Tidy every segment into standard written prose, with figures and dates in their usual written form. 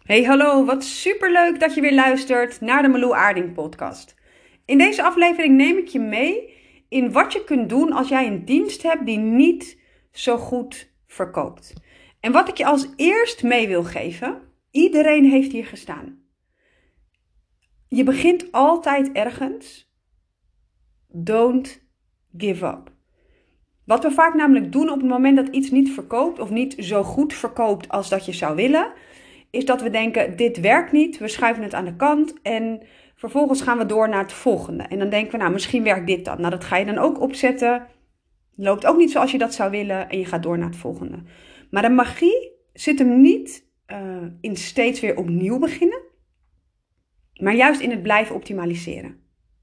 Hey hallo, wat superleuk dat je weer luistert naar de Malou Aarding podcast. In deze aflevering neem ik je mee in wat je kunt doen als jij een dienst hebt die niet zo goed verkoopt. En wat ik je als eerst mee wil geven, iedereen heeft hier gestaan. Je begint altijd ergens. Don't give up. Wat we vaak namelijk doen op het moment dat iets niet verkoopt of niet zo goed verkoopt als dat je zou willen, is dat we denken, dit werkt niet, we schuiven het aan de kant en vervolgens gaan we door naar het volgende. En dan denken we, nou misschien werkt dit dan. Nou dat ga je dan ook opzetten, loopt ook niet zoals je dat zou willen en je gaat door naar het volgende. Maar de magie zit hem niet in steeds weer opnieuw beginnen, maar juist in het blijven optimaliseren.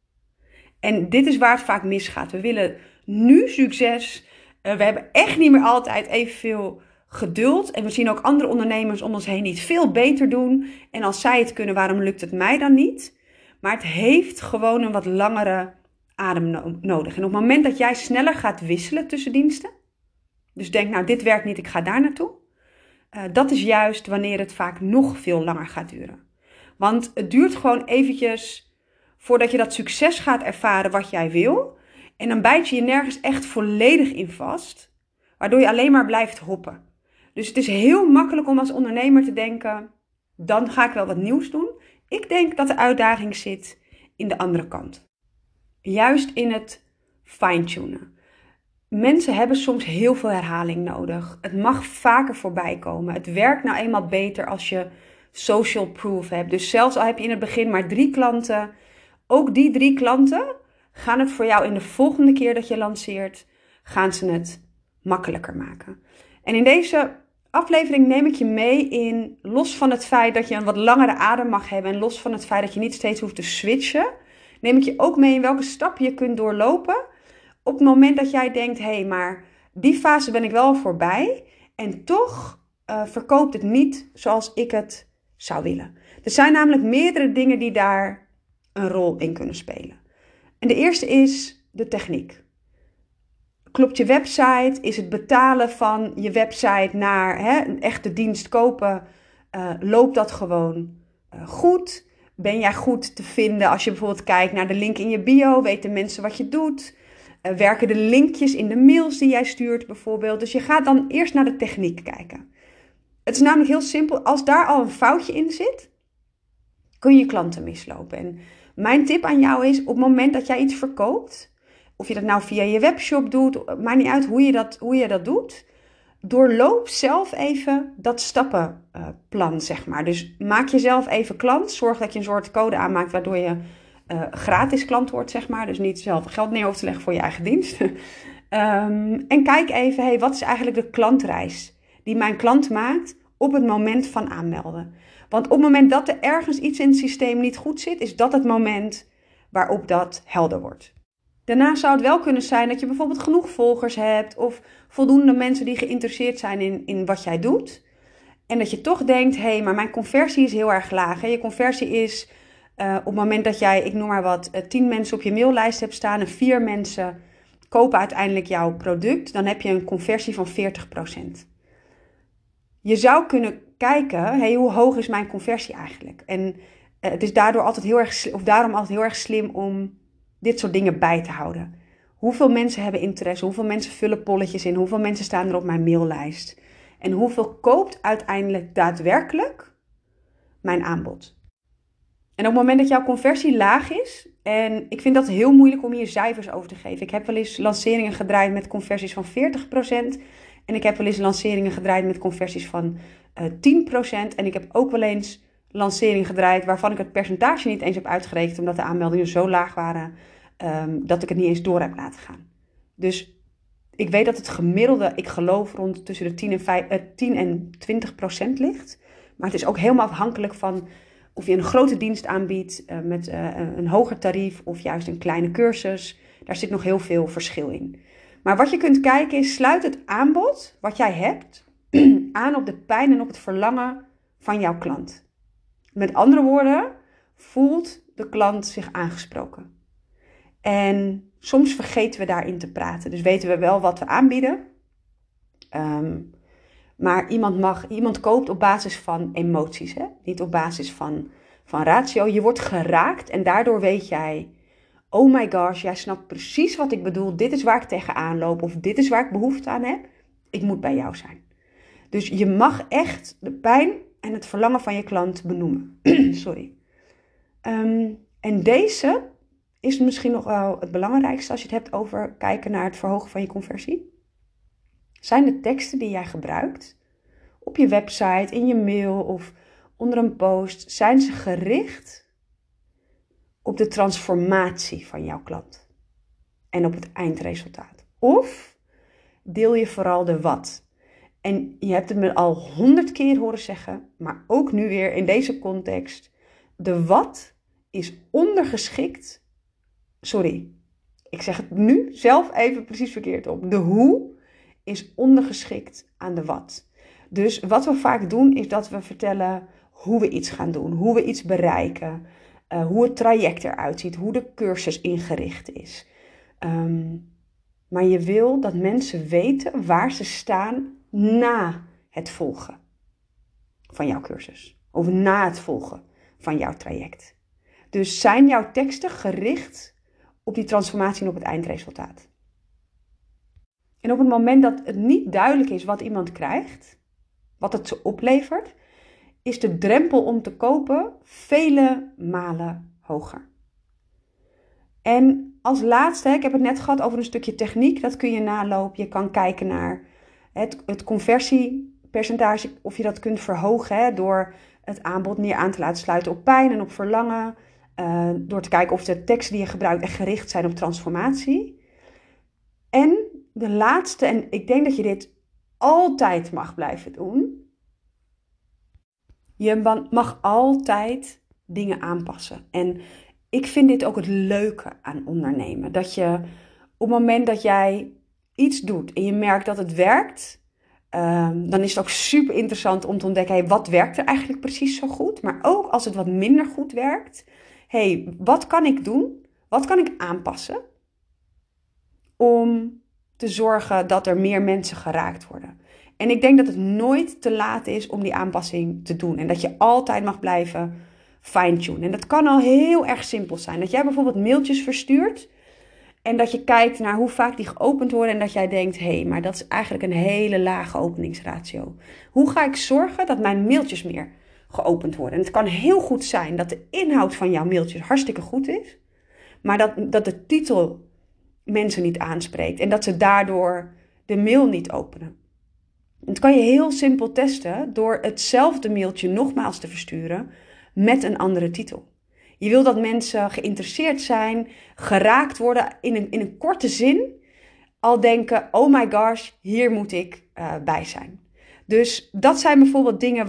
En dit is waar het vaak misgaat. We willen nu succes, we hebben echt niet meer altijd evenveel geduld. En we zien ook andere ondernemers om ons heen die het veel beter doen. En als zij het kunnen, waarom lukt het mij dan niet? Maar het heeft gewoon een wat langere adem nodig. En op het moment dat jij sneller gaat wisselen tussen diensten. Dus denk, nou dit werkt niet, ik ga daar naartoe. Dat is juist wanneer het vaak nog veel langer gaat duren. Want het duurt gewoon eventjes voordat je dat succes gaat ervaren wat jij wil. En dan bijt je je nergens echt volledig in vast. Waardoor je alleen maar blijft hoppen. Dus het is heel makkelijk om als ondernemer te denken, dan ga ik wel wat nieuws doen. Ik denk dat de uitdaging zit in de andere kant. Juist in het fine-tunen. Mensen hebben soms heel veel herhaling nodig. Het mag vaker voorbij komen. Het werkt nou eenmaal beter als je social proof hebt. Dus zelfs al heb je in het begin maar 3 klanten, ook die 3 klanten gaan het voor jou in de volgende keer dat je lanceert, gaan ze het makkelijker maken. En in deze aflevering neem ik je mee in, los van het feit dat je een wat langere adem mag hebben en los van het feit dat je niet steeds hoeft te switchen, neem ik je ook mee in welke stappen je kunt doorlopen op het moment dat jij denkt, hé, maar die fase ben ik wel voorbij en toch verkoopt het niet zoals ik het zou willen. Er zijn namelijk meerdere dingen die daar een rol in kunnen spelen. En de eerste is de techniek. Klopt je website? Is het betalen van je website naar een echte dienst kopen? Loopt dat gewoon goed? Ben jij goed te vinden als je bijvoorbeeld kijkt naar de link in je bio? Weten mensen wat je doet? Werken de linkjes in de mails die jij stuurt bijvoorbeeld? Dus je gaat dan eerst naar de techniek kijken. Het is namelijk heel simpel. Als daar al een foutje in zit, kun je klanten mislopen. En mijn tip aan jou is, op het moment dat jij iets verkoopt, of je dat nou via je webshop doet, maakt niet uit hoe je dat doet, doorloop zelf even dat stappenplan, zeg maar. Dus maak jezelf even klant, zorg dat je een soort code aanmaakt waardoor je gratis klant wordt, zeg maar. Dus niet zelf geld neer hoeft te leggen voor je eigen dienst. En kijk even, wat is eigenlijk de klantreis die mijn klant maakt op het moment van aanmelden. Want op het moment dat er ergens iets in het systeem niet goed zit, is dat het moment waarop dat helder wordt. Daarna zou het wel kunnen zijn dat je bijvoorbeeld genoeg volgers hebt of voldoende mensen die geïnteresseerd zijn in wat jij doet. En dat je toch denkt, maar mijn conversie is heel erg laag. Je conversie is op het moment dat jij, ik noem maar wat, 10 mensen op je maillijst hebt staan en 4 mensen kopen uiteindelijk jouw product, dan heb je een conversie van 40%. Je zou kunnen kijken, hoe hoog is mijn conversie eigenlijk? En het is daarom altijd heel erg slim om dit soort dingen bij te houden. Hoeveel mensen hebben interesse? Hoeveel mensen vullen polletjes in? Hoeveel mensen staan er op mijn maillijst? En hoeveel koopt uiteindelijk daadwerkelijk mijn aanbod? En op het moment dat jouw conversie laag is, en ik vind dat heel moeilijk om hier cijfers over te geven. Ik heb wel eens lanceringen gedraaid met conversies van 40%. En ik heb wel eens lanceringen gedraaid met conversies van 10%. En ik heb ook wel eens lanceringen gedraaid waarvan ik het percentage niet eens heb uitgerekend, omdat de aanmeldingen zo laag waren dat ik het niet eens door heb laten gaan. Dus ik weet dat het gemiddelde, ik geloof, rond tussen de 10 en 20% ligt. Maar het is ook helemaal afhankelijk van of je een grote dienst aanbiedt met een hoger tarief of juist een kleine cursus. Daar zit nog heel veel verschil in. Maar wat je kunt kijken is, sluit het aanbod wat jij hebt aan op de pijn en op het verlangen van jouw klant. Met andere woorden, voelt de klant zich aangesproken. En soms vergeten we daarin te praten. Dus weten we wel wat we aanbieden. Maar iemand koopt op basis van emoties, hè? Niet op basis van ratio. Je wordt geraakt en daardoor weet jij, oh my gosh, jij snapt precies wat ik bedoel. Dit is waar ik tegenaan loop of dit is waar ik behoefte aan heb. Ik moet bij jou zijn. Dus je mag echt de pijn en het verlangen van je klant benoemen. Sorry. En deze is misschien nog wel het belangrijkste als je het hebt over kijken naar het verhogen van je conversie. Zijn de teksten die jij gebruikt op je website, in je mail of onder een post, zijn ze gericht op de transformatie van jouw klant en op het eindresultaat? Of deel je vooral de wat? En je hebt het me al 100 keer horen zeggen, maar ook nu weer in deze context. De wat is ondergeschikt. Sorry, ik zeg het nu zelf even precies verkeerd op. De hoe is ondergeschikt aan de wat. Dus wat we vaak doen is dat we vertellen hoe we iets gaan doen, hoe we iets bereiken, hoe het traject eruit ziet, hoe de cursus ingericht is. Maar je wil dat mensen weten waar ze staan na het volgen van jouw cursus. Of na het volgen van jouw traject. Dus zijn jouw teksten gericht op die transformatie en op het eindresultaat. En op het moment dat het niet duidelijk is wat iemand krijgt, wat het ze oplevert, is de drempel om te kopen vele malen hoger. En als laatste, ik heb het net gehad over een stukje techniek, dat kun je nalopen. Je kan kijken naar het conversiepercentage, of je dat kunt verhogen door het aanbod meer aan te laten sluiten op pijn en op verlangen. Door te kijken of de teksten die je gebruikt echt gericht zijn op transformatie. En de laatste, en ik denk dat je dit altijd mag blijven doen. Je mag altijd dingen aanpassen. En ik vind dit ook het leuke aan ondernemen. Dat je op het moment dat jij iets doet en je merkt dat het werkt, dan is het ook super interessant om te ontdekken, hey, wat werkt er eigenlijk precies zo goed? Maar ook als het wat minder goed werkt, hey, wat kan ik doen? Wat kan ik aanpassen om te zorgen dat er meer mensen geraakt worden? En ik denk dat het nooit te laat is om die aanpassing te doen. En dat je altijd mag blijven fine-tunen. En dat kan al heel erg simpel zijn. Dat jij bijvoorbeeld mailtjes verstuurt en dat je kijkt naar hoe vaak die geopend worden en dat jij denkt, hé, maar dat is eigenlijk een hele lage openingsratio. Hoe ga ik zorgen dat mijn mailtjes meer geopend worden? En het kan heel goed zijn dat de inhoud van jouw mailtjes hartstikke goed is, maar dat de titel mensen niet aanspreekt en dat ze daardoor de mail niet openen. Dat kan je heel simpel testen door hetzelfde mailtje nogmaals te versturen met een andere titel. Je wil dat mensen geïnteresseerd zijn, geraakt worden in een korte zin, al denken, oh my gosh, hier moet ik bij zijn. Dus dat zijn bijvoorbeeld dingen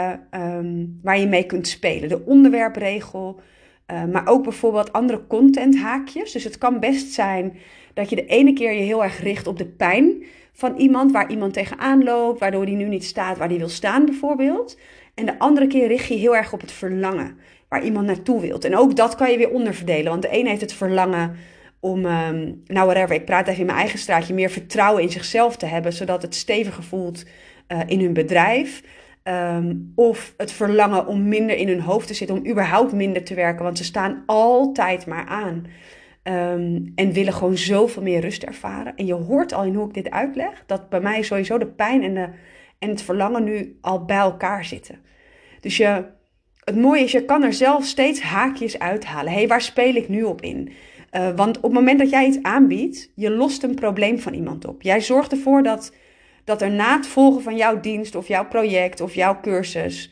waar je mee kunt spelen. De onderwerpregel, maar ook bijvoorbeeld andere contenthaakjes. Dus het kan best zijn dat je de ene keer je heel erg richt op de pijn van iemand, waar iemand tegenaan loopt, waardoor die nu niet staat waar die wil staan bijvoorbeeld. En de andere keer richt je heel erg op het verlangen, waar iemand naartoe wilt. En ook dat kan je weer onderverdelen, want de een heeft het verlangen om, ik praat even in mijn eigen straatje, meer vertrouwen in zichzelf te hebben, zodat het steviger voelt in hun bedrijf. Of het verlangen om minder in hun hoofd te zitten, om überhaupt minder te werken, want ze staan altijd maar aan. En willen gewoon zoveel meer rust ervaren. En je hoort al in hoe ik dit uitleg, dat bij mij sowieso de pijn en het verlangen nu al bij elkaar zitten. Dus het mooie is, je kan er zelf steeds haakjes uithalen. Hé, waar speel ik nu op in? Want op het moment dat jij iets aanbiedt, je lost een probleem van iemand op. Jij zorgt ervoor dat er na het volgen van jouw dienst of jouw project of jouw cursus,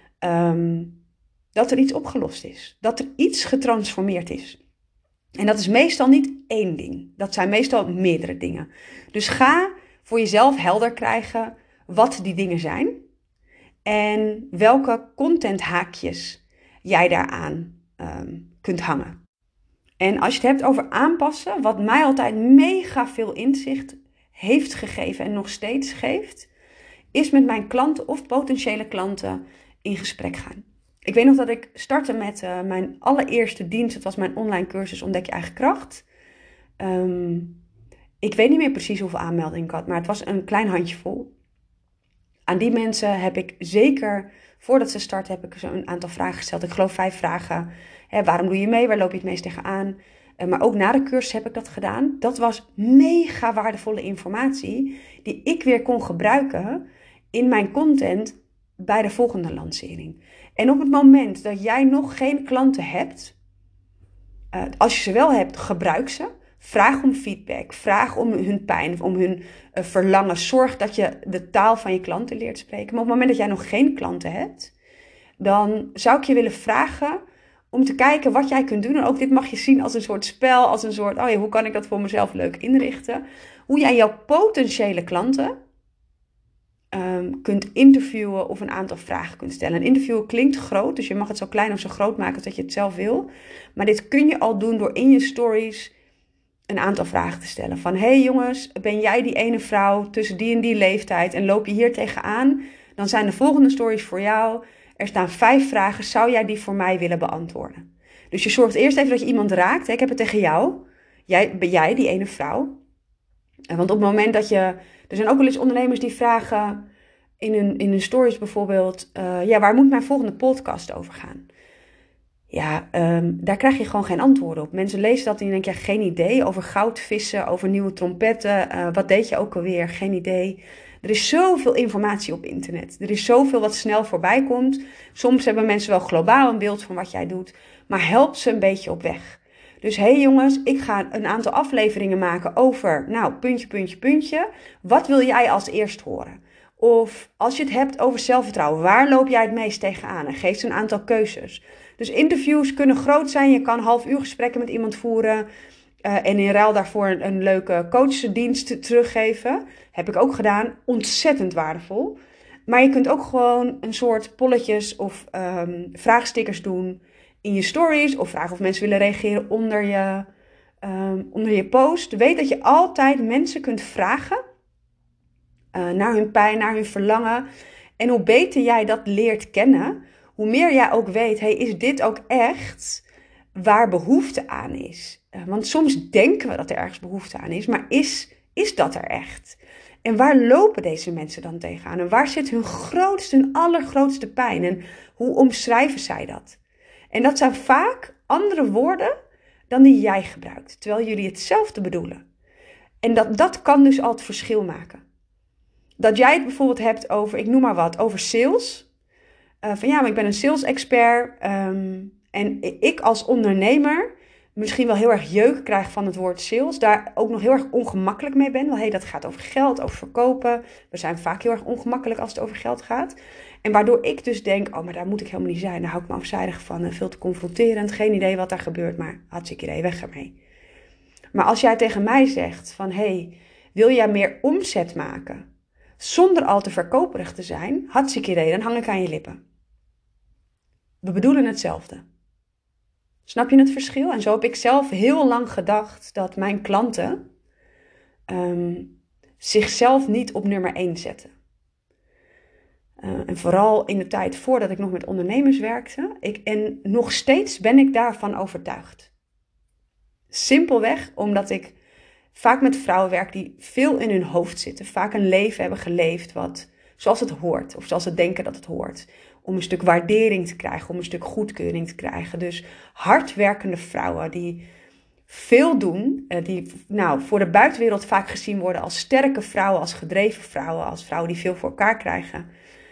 dat er iets opgelost is. Dat er iets getransformeerd is. En dat is meestal niet één ding. Dat zijn meestal meerdere dingen. Dus ga voor jezelf helder krijgen wat die dingen zijn. En welke contenthaakjes jij daaraan kunt hangen. En als je het hebt over aanpassen, wat mij altijd mega veel inzicht heeft gegeven en nog steeds geeft, is met mijn klanten of potentiële klanten in gesprek gaan. Ik weet nog dat ik startte met mijn allereerste dienst. Het was mijn online cursus Ontdek je eigen kracht. Ik weet niet meer precies hoeveel aanmeldingen ik had, maar het was een klein handjevol. Aan die mensen heb ik zeker, voordat ze starten, heb ik zo een aantal vragen gesteld. Ik geloof 5 vragen. Waarom doe je mee? Waar loop je het meest tegenaan? Maar ook na de cursus heb ik dat gedaan. Dat was mega waardevolle informatie die ik weer kon gebruiken in mijn content bij de volgende lancering. En op het moment dat jij nog geen klanten hebt, als je ze wel hebt, gebruik ze. Vraag om feedback, vraag om hun pijn, om hun verlangen. Zorg dat je de taal van je klanten leert spreken. Maar op het moment dat jij nog geen klanten hebt, dan zou ik je willen vragen om te kijken wat jij kunt doen. En ook dit mag je zien als een soort spel, als een soort, hoe kan ik dat voor mezelf leuk inrichten? Hoe jij jouw potentiële klanten kunt interviewen of een aantal vragen kunt stellen. Een interview klinkt groot, dus je mag het zo klein of zo groot maken als dat je het zelf wil. Maar dit kun je al doen door in je stories een aantal vragen te stellen. Van, hey jongens, ben jij die ene vrouw tussen die en die leeftijd en loop je hier tegenaan? Dan zijn de volgende stories voor jou. Er staan 5 vragen, zou jij die voor mij willen beantwoorden? Dus je zorgt eerst even dat je iemand raakt. Ik heb het tegen jou. Ben jij die ene vrouw? Want op het moment dat je... Er zijn ook wel eens ondernemers die vragen in hun stories bijvoorbeeld... waar moet mijn volgende podcast over gaan? Ja, daar krijg je gewoon geen antwoorden op. Mensen lezen dat en je denkt, geen idee. Over goudvissen, over nieuwe trompetten. Wat deed je ook alweer? Geen idee. Er is zoveel informatie op internet. Er is zoveel wat snel voorbij komt. Soms hebben mensen wel globaal een beeld van wat jij doet. Maar help ze een beetje op weg. Dus hey jongens, ik ga een aantal afleveringen maken over, puntje. Wat wil jij als eerst horen? Of als je het hebt over zelfvertrouwen, waar loop jij het meest tegenaan? En geef ze een aantal keuzes. Dus interviews kunnen groot zijn. Je kan 1/2 uur gesprekken met iemand voeren. En in ruil daarvoor een leuke coachdienst teruggeven. Heb ik ook gedaan. Ontzettend waardevol. Maar je kunt ook gewoon een soort polletjes of vraagstickers doen in je stories. Of vragen of mensen willen reageren onder je post. Weet dat je altijd mensen kunt vragen naar hun pijn, naar hun verlangen. En hoe beter jij dat leert kennen, hoe meer jij ook weet, is dit ook echt waar behoefte aan is? Want soms denken we dat er ergens behoefte aan is, maar is dat er echt? En waar lopen deze mensen dan tegenaan? En waar zit hun allergrootste pijn? En hoe omschrijven zij dat? En dat zijn vaak andere woorden dan die jij gebruikt, terwijl jullie hetzelfde bedoelen. En dat kan dus al het verschil maken. Dat jij het bijvoorbeeld hebt over, ik noem maar wat, over sales. Maar ik ben een sales expert. En ik als ondernemer misschien wel heel erg jeuk krijg van het woord sales. Daar ook nog heel erg ongemakkelijk mee ben. Want dat gaat over geld, over verkopen. We zijn vaak heel erg ongemakkelijk als het over geld gaat. En waardoor ik dus denk, maar daar moet ik helemaal niet zijn. Daar hou ik me afzijdig van. Veel te confronterend. Geen idee wat daar gebeurt, maar hartstikke idee, weg ermee. Maar als jij tegen mij zegt van, wil jij meer omzet maken? Zonder al te verkoperig te zijn, hartstikke idee, dan hang ik aan je lippen. We bedoelen hetzelfde. Snap je het verschil? En zo heb ik zelf heel lang gedacht dat mijn klanten zichzelf niet op nummer 1 zetten. En vooral in de tijd voordat ik nog met ondernemers werkte. En nog steeds ben ik daarvan overtuigd. Simpelweg omdat ik vaak met vrouwen werk die veel in hun hoofd zitten. Vaak een leven hebben geleefd wat zoals het hoort. Of zoals ze denken dat het hoort. Om een stuk waardering te krijgen. Om een stuk goedkeuring te krijgen. Dus hardwerkende vrouwen die veel doen. Die voor de buitenwereld vaak gezien worden als sterke vrouwen. Als gedreven vrouwen. Als vrouwen die veel voor elkaar krijgen.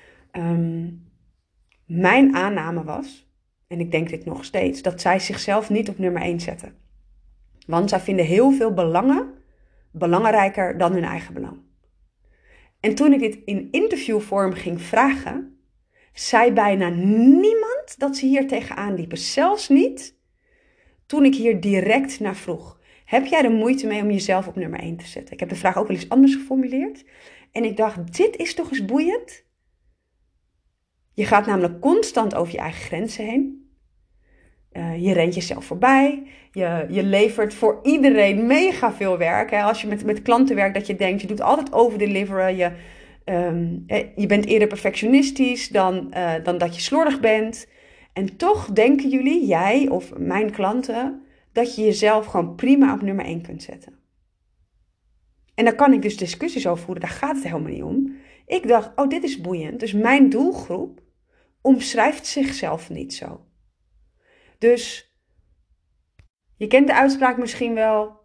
Mijn aanname was, en ik denk dit nog steeds, dat zij zichzelf niet op nummer 1 zetten. Want zij vinden heel veel belangen belangrijker dan hun eigen belang. En toen ik dit in interviewvorm ging vragen, zei bijna niemand dat ze hier tegenaan liepen. Zelfs niet toen ik hier direct naar vroeg. Heb jij er moeite mee om jezelf op nummer 1 te zetten? Ik heb de vraag ook wel eens anders geformuleerd. En ik dacht, dit is toch eens boeiend? Je gaat namelijk constant over je eigen grenzen heen. Je rent jezelf voorbij. Je levert voor iedereen mega veel werk. Hè? Als je met klanten werkt, dat je denkt, je doet altijd overdeliveren. Je bent eerder perfectionistisch dan dat je slordig bent. En toch denken jullie, jij of mijn klanten, dat je jezelf gewoon prima op nummer 1 kunt zetten. En daar kan ik dus discussies over voeren. Daar gaat het helemaal niet om. Ik dacht, oh, dit is boeiend. Dus mijn doelgroep omschrijft zichzelf niet zo. Dus je kent de uitspraak misschien wel.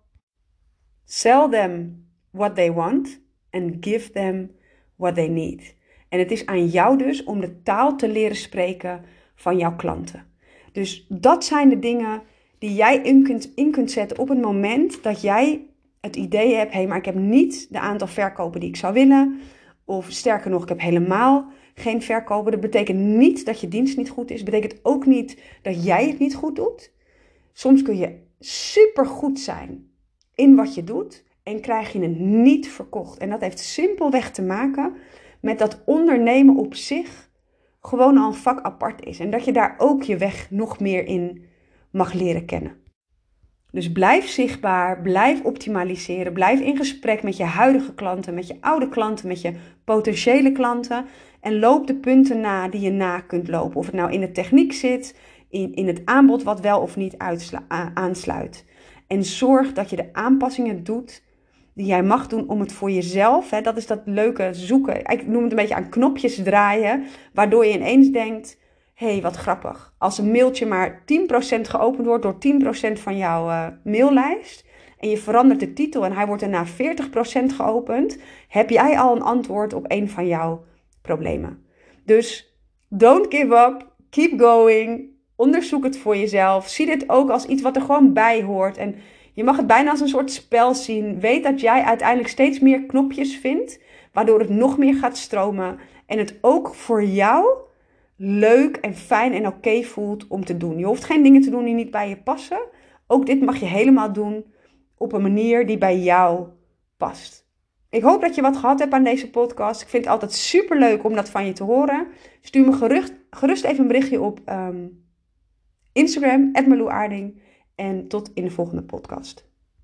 Sell them what they want and give them what they need. En het is aan jou dus om de taal te leren spreken van jouw klanten. Dus dat zijn de dingen die jij in kunt zetten op het moment dat jij het idee hebt, hé, maar ik heb niet de aantal verkopen die ik zou willen. Of sterker nog, ik heb helemaal geen verkopen. Dat betekent niet dat je dienst niet goed is. Dat betekent ook niet dat jij het niet goed doet. Soms kun je supergoed zijn in wat je doet en krijg je het niet verkocht. En dat heeft simpelweg te maken met dat ondernemen op zich gewoon al een vak apart is. En dat je daar ook je weg nog meer in mag leren kennen. Dus blijf zichtbaar, blijf optimaliseren, blijf in gesprek met je huidige klanten, met je oude klanten, met je potentiële klanten. En loop de punten na die je na kunt lopen. Of het nou in de techniek zit, in het aanbod wat wel of niet aansluit. En zorg dat je de aanpassingen doet die jij mag doen om het voor jezelf. Dat is dat leuke zoeken. Ik noem het een beetje aan knopjes draaien. Waardoor je ineens denkt, hé, wat grappig. Als een mailtje maar 10% geopend wordt door 10% van jouw maillijst. En je verandert de titel en hij wordt daarna 40% geopend. Heb jij al een antwoord op een van jouw problemen. Dus don't give up. Keep going. Onderzoek het voor jezelf. Zie dit ook als iets wat er gewoon bij hoort. En je mag het bijna als een soort spel zien. Weet dat jij uiteindelijk steeds meer knopjes vindt. Waardoor het nog meer gaat stromen. En het ook voor jou leuk en fijn en oké voelt om te doen. Je hoeft geen dingen te doen die niet bij je passen. Ook dit mag je helemaal doen op een manier die bij jou past. Ik hoop dat je wat gehad hebt aan deze podcast. Ik vind het altijd super leuk om dat van je te horen. Stuur me gerust even een berichtje op Instagram, @Marloe Aarding. En tot in de volgende podcast.